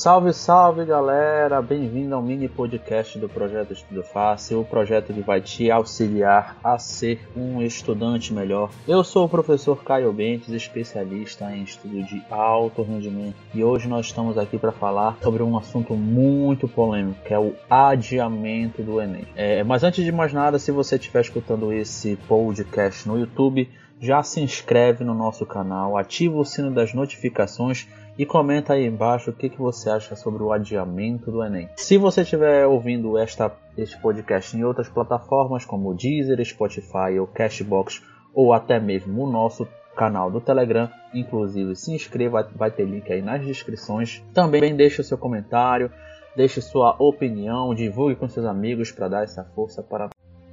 Salve, salve galera! Bem-vindo ao mini podcast do Projeto Estudo Fácil, o projeto que vai te auxiliar a ser um estudante melhor. Eu sou o professor Caio Bentes, especialista em estudo de alto rendimento, e hoje nós estamos aqui para falar sobre um assunto muito polêmico, que é o adiamento do Enem. Mas antes de mais nada, se você estiver escutando esse podcast no YouTube, já se inscreve no nosso canal, ativa o sino das notificações e comenta aí embaixo o que você acha sobre o adiamento do Enem. Se você estiver ouvindo este podcast em outras plataformas como o Deezer, Spotify ou Cashbox, ou até mesmo o nosso canal do Telegram, inclusive se inscreva, vai ter link aí nas descrições. Também deixe o seu comentário, deixe sua opinião, divulgue com seus amigos para dar essa força para...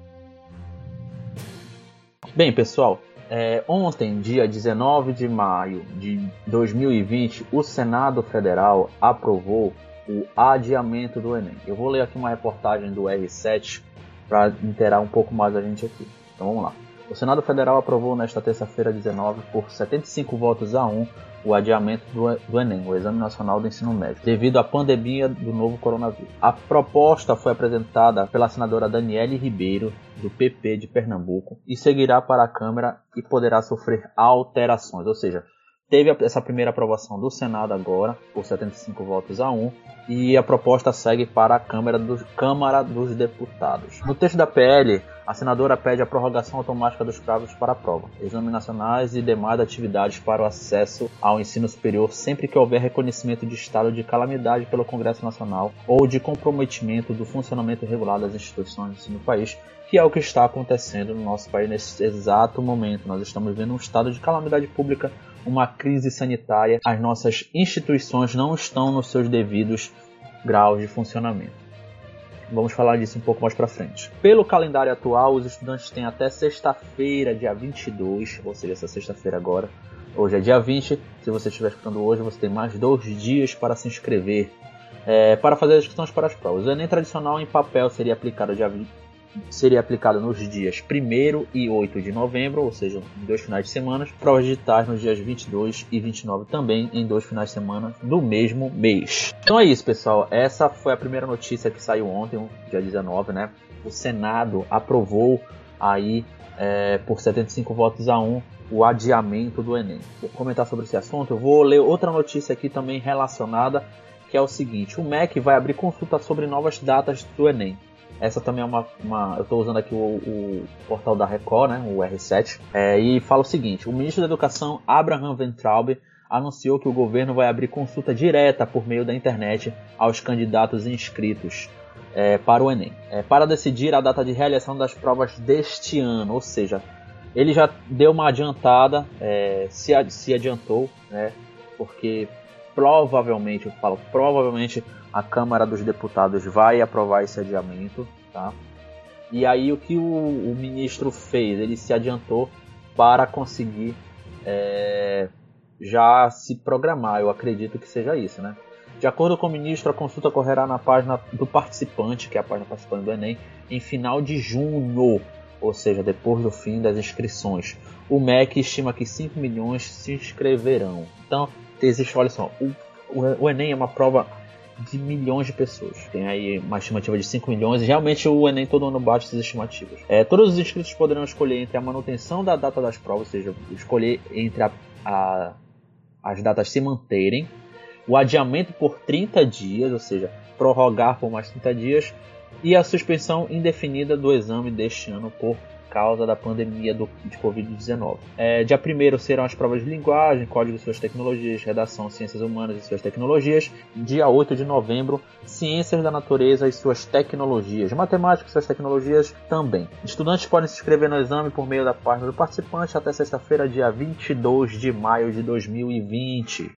Bem, pessoal, ontem, dia 19 de maio de 2020, o Senado Federal aprovou o adiamento do Enem. Eu vou ler aqui uma reportagem do R7 para inteirar um pouco mais a gente aqui. Então vamos lá. O Senado Federal aprovou nesta terça-feira 19 por 75 votos a 1 o adiamento do Enem, o Exame Nacional do Ensino Médio, devido à pandemia do novo coronavírus. A proposta foi apresentada pela senadora Daniele Ribeiro, do PP de Pernambuco, e seguirá para a Câmara e poderá sofrer alterações, ou seja, teve essa primeira aprovação do Senado agora, por 75 votos a 1, e a proposta segue para a Câmara dos Deputados. No texto da PL, a senadora pede a prorrogação automática dos prazos para a prova, exames nacionais e demais atividades para o acesso ao ensino superior sempre que houver reconhecimento de estado de calamidade pelo Congresso Nacional ou de comprometimento do funcionamento regular das instituições de ensino do país, que é o que está acontecendo no nosso país nesse exato momento. Nós estamos vendo um estado de calamidade pública, uma crise sanitária, as nossas instituições não estão nos seus devidos graus de funcionamento. Vamos falar disso um pouco mais para frente. Pelo calendário atual, os estudantes têm até sexta-feira, dia 22, ou seja, essa sexta-feira agora. Hoje é dia 20, se você estiver escutando hoje, você tem mais 2 dias para se inscrever, para fazer as inscrições para as provas. O Enem tradicional em papel seria aplicado nos dias 1º e 8 de novembro, ou seja, em 2 finais de semana. Provas digitais nos dias 22 e 29 também, em 2 finais de semana do mesmo mês. Então é isso, pessoal. Essa foi a primeira notícia que saiu ontem, dia 19, né? O Senado aprovou aí, por 75 votos a 1, o adiamento do Enem. Vou comentar sobre esse assunto. Eu vou ler outra notícia aqui também relacionada, que é o seguinte: o MEC vai abrir consulta sobre novas datas do Enem. Essa também é eu estou usando aqui o portal da Record, né, o R7, e fala o seguinte: o ministro da Educação, Abraham Weintraub, anunciou que o governo vai abrir consulta direta por meio da internet aos candidatos inscritos para o Enem, para decidir a data de realização das provas deste ano. Ou seja, ele já deu uma adiantada, se adiantou, né, porque provavelmente a Câmara dos Deputados vai aprovar esse adiamento, tá? E aí o que o ministro fez? Ele se adiantou para conseguir já se programar. Eu acredito que seja isso, né? De acordo com o ministro, a consulta ocorrerá na página do participante, que é a página participante do Enem, em final de junho, ou seja, depois do fim das inscrições. O MEC estima que 5 milhões se inscreverão. Então, olha só, o Enem é uma prova de milhões de pessoas. Tem aí uma estimativa de 5 milhões e realmente o Enem todo ano bate essas estimativas. Todos os inscritos poderão escolher entre a manutenção da data das provas, ou seja, escolher entre as datas se manterem, o adiamento por 30 dias, ou seja, prorrogar por mais 30 dias, e a suspensão indefinida do exame deste ano por causa da pandemia de Covid-19. Dia 1º serão as provas de linguagem, código e suas tecnologias, redação, ciências humanas e suas tecnologias. Dia 8 de novembro, ciências da natureza e suas tecnologias, matemática e suas tecnologias também. Estudantes podem se inscrever no exame por meio da página do participante até sexta-feira, dia 22 de maio de 2020.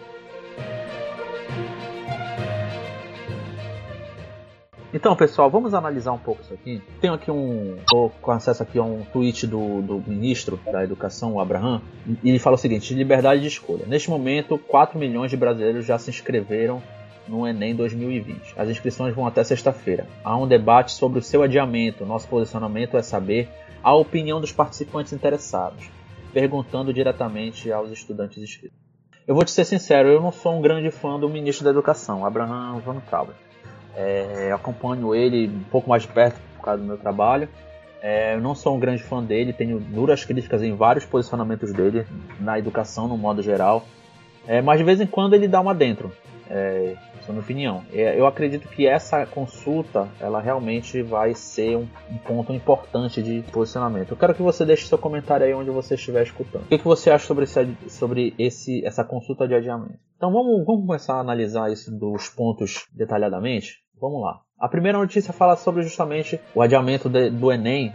Então, pessoal, vamos analisar um pouco isso aqui. Tenho aqui tô com acesso aqui a um tweet do ministro da Educação, o Abraham, e ele fala o seguinte: liberdade de escolha. Neste momento, 4 milhões de brasileiros já se inscreveram no Enem 2020. As inscrições vão até sexta-feira. Há um debate sobre o seu adiamento. Nosso posicionamento é saber a opinião dos participantes interessados, perguntando diretamente aos estudantes inscritos. Eu vou te ser sincero, eu não sou um grande fã do ministro da Educação, Abraham Weintraub. Eu acompanho ele um pouco mais de perto por causa do meu trabalho. Eu não sou um grande fã dele, tenho duras críticas em vários posicionamentos dele na educação, no modo geral. Mas de vez em quando ele dá uma dentro, essa é a minha opinião. Eu acredito que essa consulta, ela realmente vai ser um ponto importante de posicionamento. Eu quero que você deixe seu comentário aí onde você estiver escutando. O que você acha sobre essa consulta de adiamento? Então vamos começar a analisar isso dos pontos detalhadamente? Vamos lá. A primeira notícia fala sobre justamente o adiamento do Enem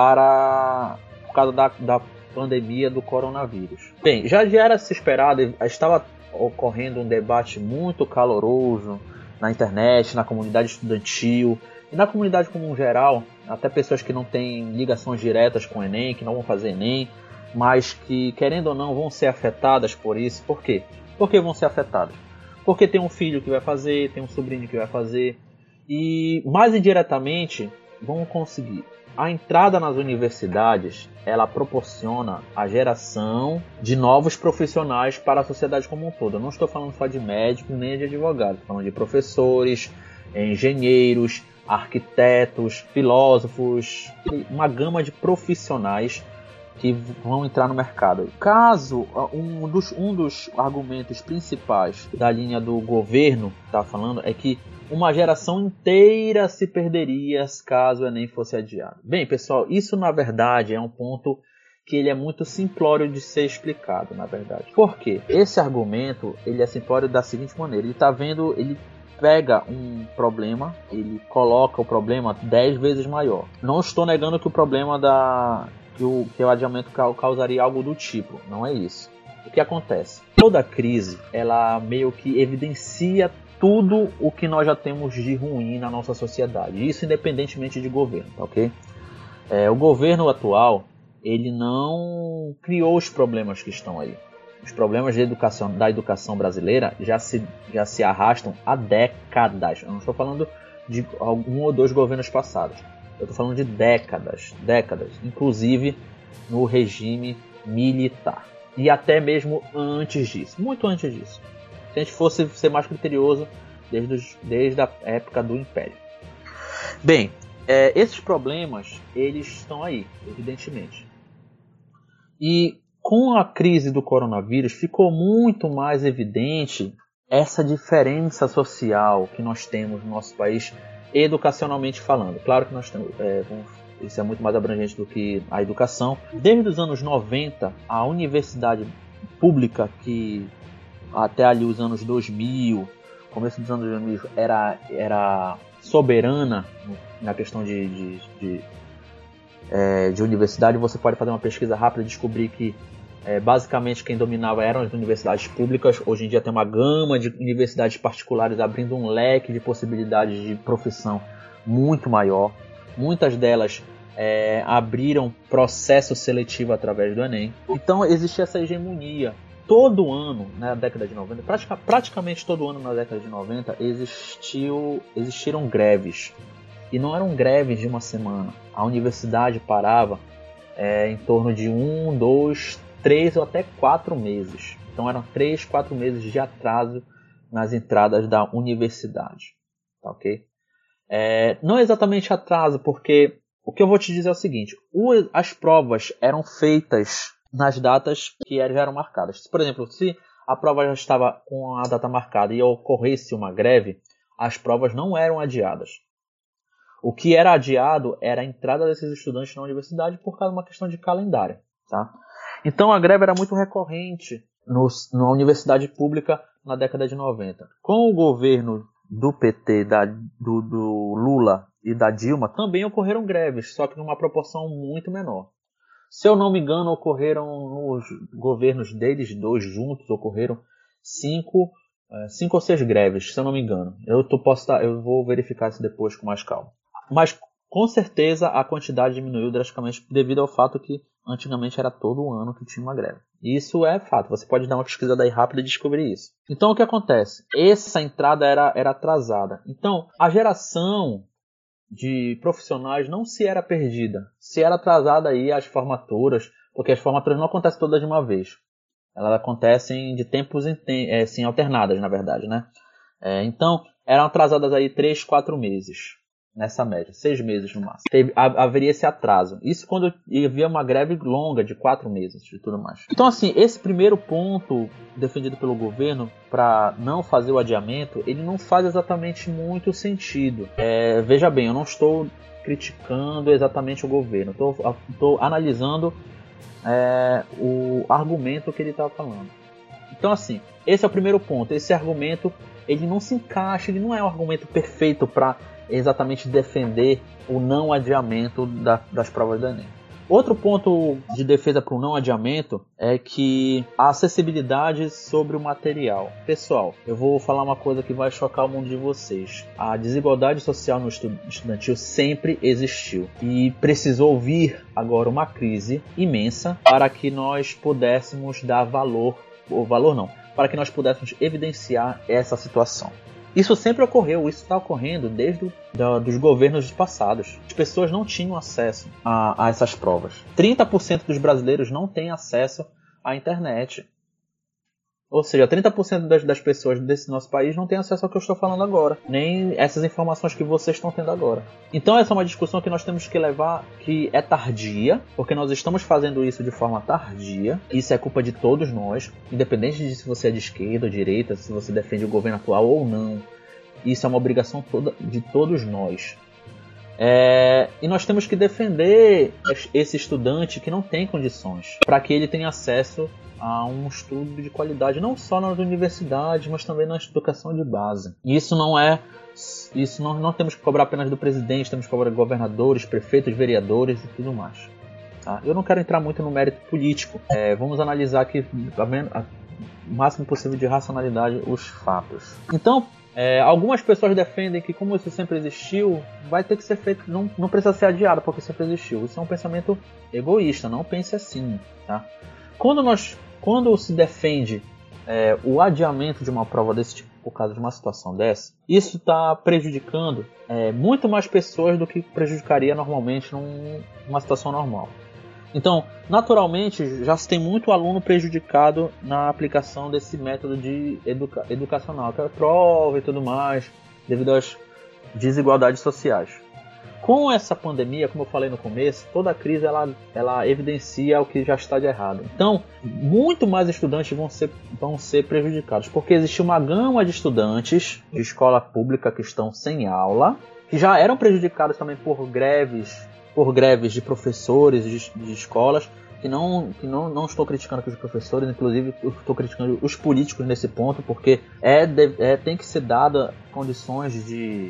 por causa da pandemia do coronavírus. Bem, já era se esperado, estava ocorrendo um debate muito caloroso na internet, na comunidade estudantil e na comunidade como um geral, até pessoas que não têm ligações diretas com o Enem, que não vão fazer Enem, mas que, querendo ou não, vão ser afetadas por isso. Por quê? Por que vão ser afetadas? Porque tem um filho que vai fazer, tem um sobrinho que vai fazer, e mais indiretamente vão conseguir. A entrada nas universidades, ela proporciona a geração de novos profissionais para a sociedade como um todo. Eu não estou falando só de médicos nem de advogados, estou falando de professores, engenheiros, arquitetos, filósofos, uma gama de profissionais que vão entrar no mercado. Caso um dos argumentos principais da linha do governo está falando é que uma geração inteira se perderia caso o Enem fosse adiado. Bem, pessoal, isso na verdade é um ponto que ele é muito simplório de ser explicado, na verdade. Por quê? Esse argumento ele é simplório da seguinte maneira: ele pega um problema, ele coloca o problema 10 vezes maior. Não estou negando que o problema que o adiamento causaria algo do tipo, não é isso. O que acontece? Toda crise, ela meio que evidencia tudo o que nós já temos de ruim na nossa sociedade. Isso independentemente de governo, tá ok? O governo atual, ele não criou os problemas que estão aí. Os problemas da educação brasileira já se arrastam há décadas. Eu não estou falando de um ou dois governos passados. Eu estou falando de décadas, inclusive no regime militar. E até mesmo antes disso, muito antes disso. Se a gente fosse ser mais criterioso, desde a época do Império. Bem, esses problemas, eles estão aí, evidentemente. E com a crise do coronavírus, ficou muito mais evidente essa diferença social que nós temos no nosso país, educacionalmente falando. Claro que nós temos... isso é muito mais abrangente do que a educação. Desde os anos 90, a universidade pública que até ali os anos 2000, começo dos anos 2000, era soberana na questão de universidade. Você pode fazer uma pesquisa rápida e descobrir que basicamente quem dominava eram as universidades públicas. Hoje em dia tem uma gama de universidades particulares abrindo um leque de possibilidades de profissão muito maior. Muitas delas abriram processo seletivo através do Enem. Então existe essa hegemonia. Todo ano, na década de 90, praticamente todo ano na década de 90, existiram greves. E não eram greves de uma semana. A universidade parava em torno de 1, 2, 3 ou até 4 meses. Então eram 3, 4 meses de atraso nas entradas da universidade. Tá, ok? Não exatamente atraso, porque o que eu vou te dizer é o seguinte: as provas eram feitas nas datas que já eram marcadas. Por exemplo, se a prova já estava com a data marcada e ocorresse uma greve, as provas não eram adiadas. O que era adiado era a entrada desses estudantes na universidade por causa de uma questão de calendário. Tá? Então a greve era muito recorrente na universidade pública na década de 90. Com o governo do PT, do Lula e da Dilma, também ocorreram greves, só que numa proporção muito menor. Se eu não me engano, ocorreram nos governos deles dois juntos, ocorreram 5 ou 6 greves, se eu não me engano. Eu vou verificar isso depois com mais calma. Mas com certeza a quantidade diminuiu drasticamente devido ao fato que antigamente era todo ano que tinha uma greve. Isso é fato, você pode dar uma pesquisada aí rápida e descobrir isso. Então o que acontece? Essa entrada era atrasada. Então a geração de profissionais não se era perdida, se era atrasada aí as formaturas, porque as formaturas não acontecem todas de uma vez. Elas acontecem de tempos assim, alternadas, na verdade, né? Então, eram atrasadas aí 3, 4 meses, nessa média, 6 meses no máximo. Haveria esse atraso. Isso quando havia uma greve longa de 4 meses e tudo mais. Então, assim, esse primeiro ponto defendido pelo governo para não fazer o adiamento, ele não faz exatamente muito sentido. Veja bem, eu não estou criticando exatamente o governo, estou analisando o argumento que ele estava falando. Então, assim, esse é o primeiro ponto. Esse argumento, ele não se encaixa, ele não é um argumento perfeito para exatamente defender o não adiamento das provas do Enem. Outro ponto de defesa para o não adiamento é que a acessibilidade sobre o material. Pessoal, eu vou falar uma coisa que vai chocar o mundo de vocês. A desigualdade social no estudantil sempre existiu e precisou vir agora uma crise imensa para que nós pudéssemos dar para que nós pudéssemos evidenciar essa situação. Isso sempre ocorreu, isso está ocorrendo desde dos governos passados. As pessoas não tinham acesso a essas provas. 30% dos brasileiros não têm acesso à internet. Ou seja, 30% das pessoas desse nosso país não têm acesso ao que eu estou falando agora, nem essas informações que vocês estão tendo agora. Então essa é uma discussão que nós temos que levar, que é tardia, porque nós estamos fazendo isso de forma tardia. Isso é culpa de todos nós, independente de se você é de esquerda ou direita, se você defende o governo atual ou não. Isso é uma obrigação de todos nós. E nós temos que defender esse estudante que não tem condições, para que ele tenha acesso a um estudo de qualidade, não só nas universidades, mas também na educação de base. Isso não temos que cobrar apenas do presidente, temos que cobrar de governadores, prefeitos, vereadores e tudo mais. Tá? Eu não quero entrar muito no mérito político. Vamos analisar aqui o máximo possível de racionalidade os fatos. Então, algumas pessoas defendem que, como isso sempre existiu, vai ter que ser feito, não precisa ser adiado porque sempre existiu. Isso é um pensamento egoísta, não pense assim. Tá? Quando se defende o adiamento de uma prova desse tipo, por causa de uma situação dessa, isso está prejudicando muito mais pessoas do que prejudicaria normalmente numa situação normal. Então, naturalmente, já se tem muito aluno prejudicado na aplicação desse método educacional, que é a prova e tudo mais, devido às desigualdades sociais. Com essa pandemia, como eu falei no começo, toda a crise ela evidencia o que já está de errado. Então, muito mais estudantes vão ser prejudicados, porque existe uma gama de estudantes de escola pública que estão sem aula, que já eram prejudicados também por greves de professores de escolas, que não estou criticando aqui os professores, inclusive eu estou criticando os políticos nesse ponto, porque tem que ser dada condições de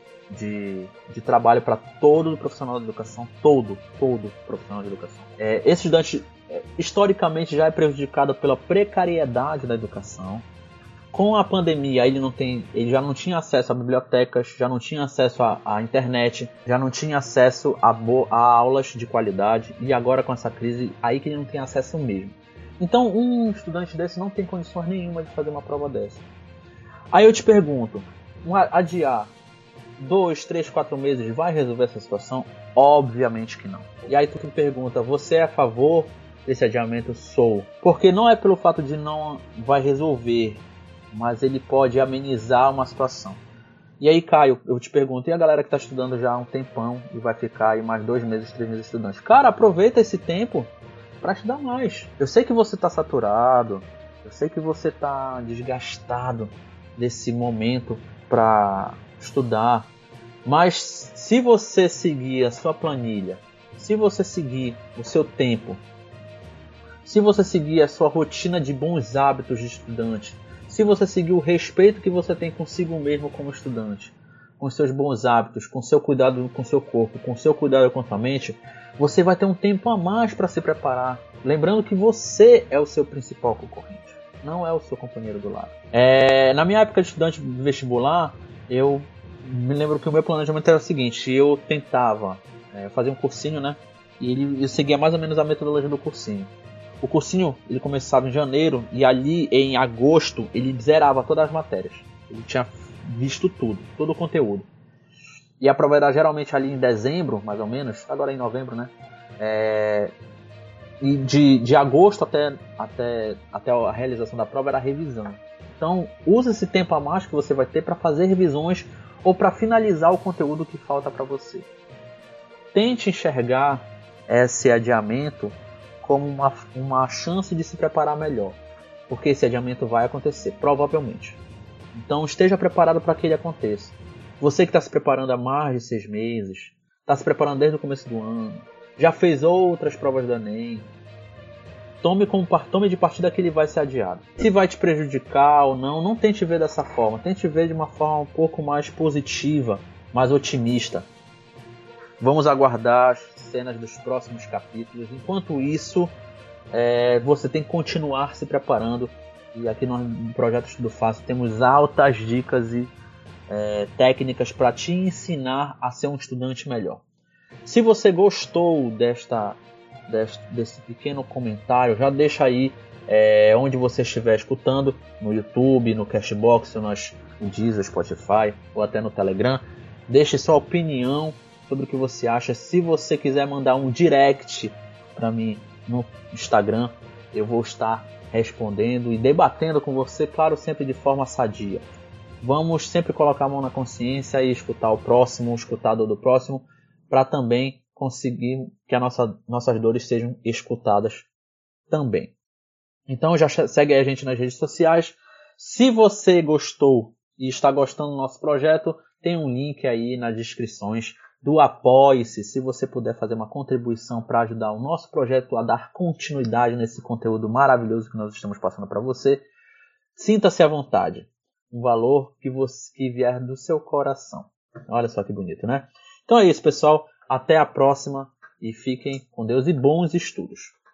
trabalho para todo profissional de educação, todo profissional de educação. Esse estudante, historicamente, já é prejudicado pela precariedade da educação. Com a pandemia, ele já não tinha acesso a bibliotecas, já não tinha acesso à internet, já não tinha acesso a aulas de qualidade, e agora com essa crise, aí que ele não tem acesso mesmo. Então, um estudante desse não tem condições nenhuma de fazer uma prova dessa. Aí eu te pergunto, adiar 2, 3, 4 meses vai resolver essa situação? Obviamente que não. E aí tu me pergunta, você é a favor desse adiamento? Sou. Porque não é pelo fato de não vai resolver, mas ele pode amenizar uma situação. E aí, Caio, eu te pergunto, e a galera que está estudando já há um tempão e vai ficar aí mais 2 meses, 3 meses estudando? Cara, aproveita esse tempo para estudar mais. Eu sei que você está saturado, eu sei que você está desgastado desse momento para estudar, mas se você seguir a sua planilha, se você seguir o seu tempo, se você seguir a sua rotina de bons hábitos de estudante, se você seguir o respeito que você tem consigo mesmo como estudante, com seus bons hábitos, com seu cuidado com seu corpo, com seu cuidado com a sua mente, você vai ter um tempo a mais para se preparar. Lembrando que você é o seu principal concorrente, não é o seu companheiro do lado. Na minha época de estudante vestibular, eu me lembro que o meu planejamento era o seguinte: eu tentava fazer um cursinho, né? E eu seguia mais ou menos a metodologia do cursinho. O cursinho ele começava em janeiro e ali em agosto ele zerava todas as matérias. Ele tinha visto todo o conteúdo. E a prova era geralmente ali em dezembro, mais ou menos, agora em novembro, né? E de agosto até a realização da prova era a revisão. Então, use esse tempo a mais que você vai ter para fazer revisões ou para finalizar o conteúdo que falta para você. Tente enxergar esse adiamento como uma chance de se preparar melhor, porque esse adiamento vai acontecer, provavelmente. Então, esteja preparado para que ele aconteça. Você que está se preparando há mais de 6 meses, está se preparando desde o começo do ano, já fez outras provas do Enem, tome de partida que ele vai ser adiado. Se vai te prejudicar ou não tente ver dessa forma. Tente ver de uma forma um pouco mais positiva, mais otimista. Vamos aguardar as cenas dos próximos capítulos. Enquanto isso, você tem que continuar se preparando. E aqui no Projeto Estudo Fácil temos altas dicas e técnicas para te ensinar a ser um estudante melhor. Se você gostou desse pequeno comentário, já deixa aí onde você estiver escutando, no YouTube, no Cashbox, no Deezer, Spotify ou até no Telegram. Deixe sua opinião sobre o que você acha. Se você quiser mandar um direct para mim no Instagram, eu vou estar respondendo e debatendo com você, claro, sempre de forma sadia. Vamos sempre colocar a mão na consciência e escutar o próximo, escutar a dor do próximo, para também conseguir que nossas dores sejam escutadas também. Então já segue a gente nas redes sociais. Se você gostou e está gostando do nosso projeto, tem um link aí nas descrições do Apoie-se. Se você puder fazer uma contribuição para ajudar o nosso projeto a dar continuidade nesse conteúdo maravilhoso que nós estamos passando para você, sinta-se à vontade. Um valor que vier do seu coração. Olha só que bonito, né? Então é isso, pessoal. Até a próxima e fiquem com Deus e bons estudos.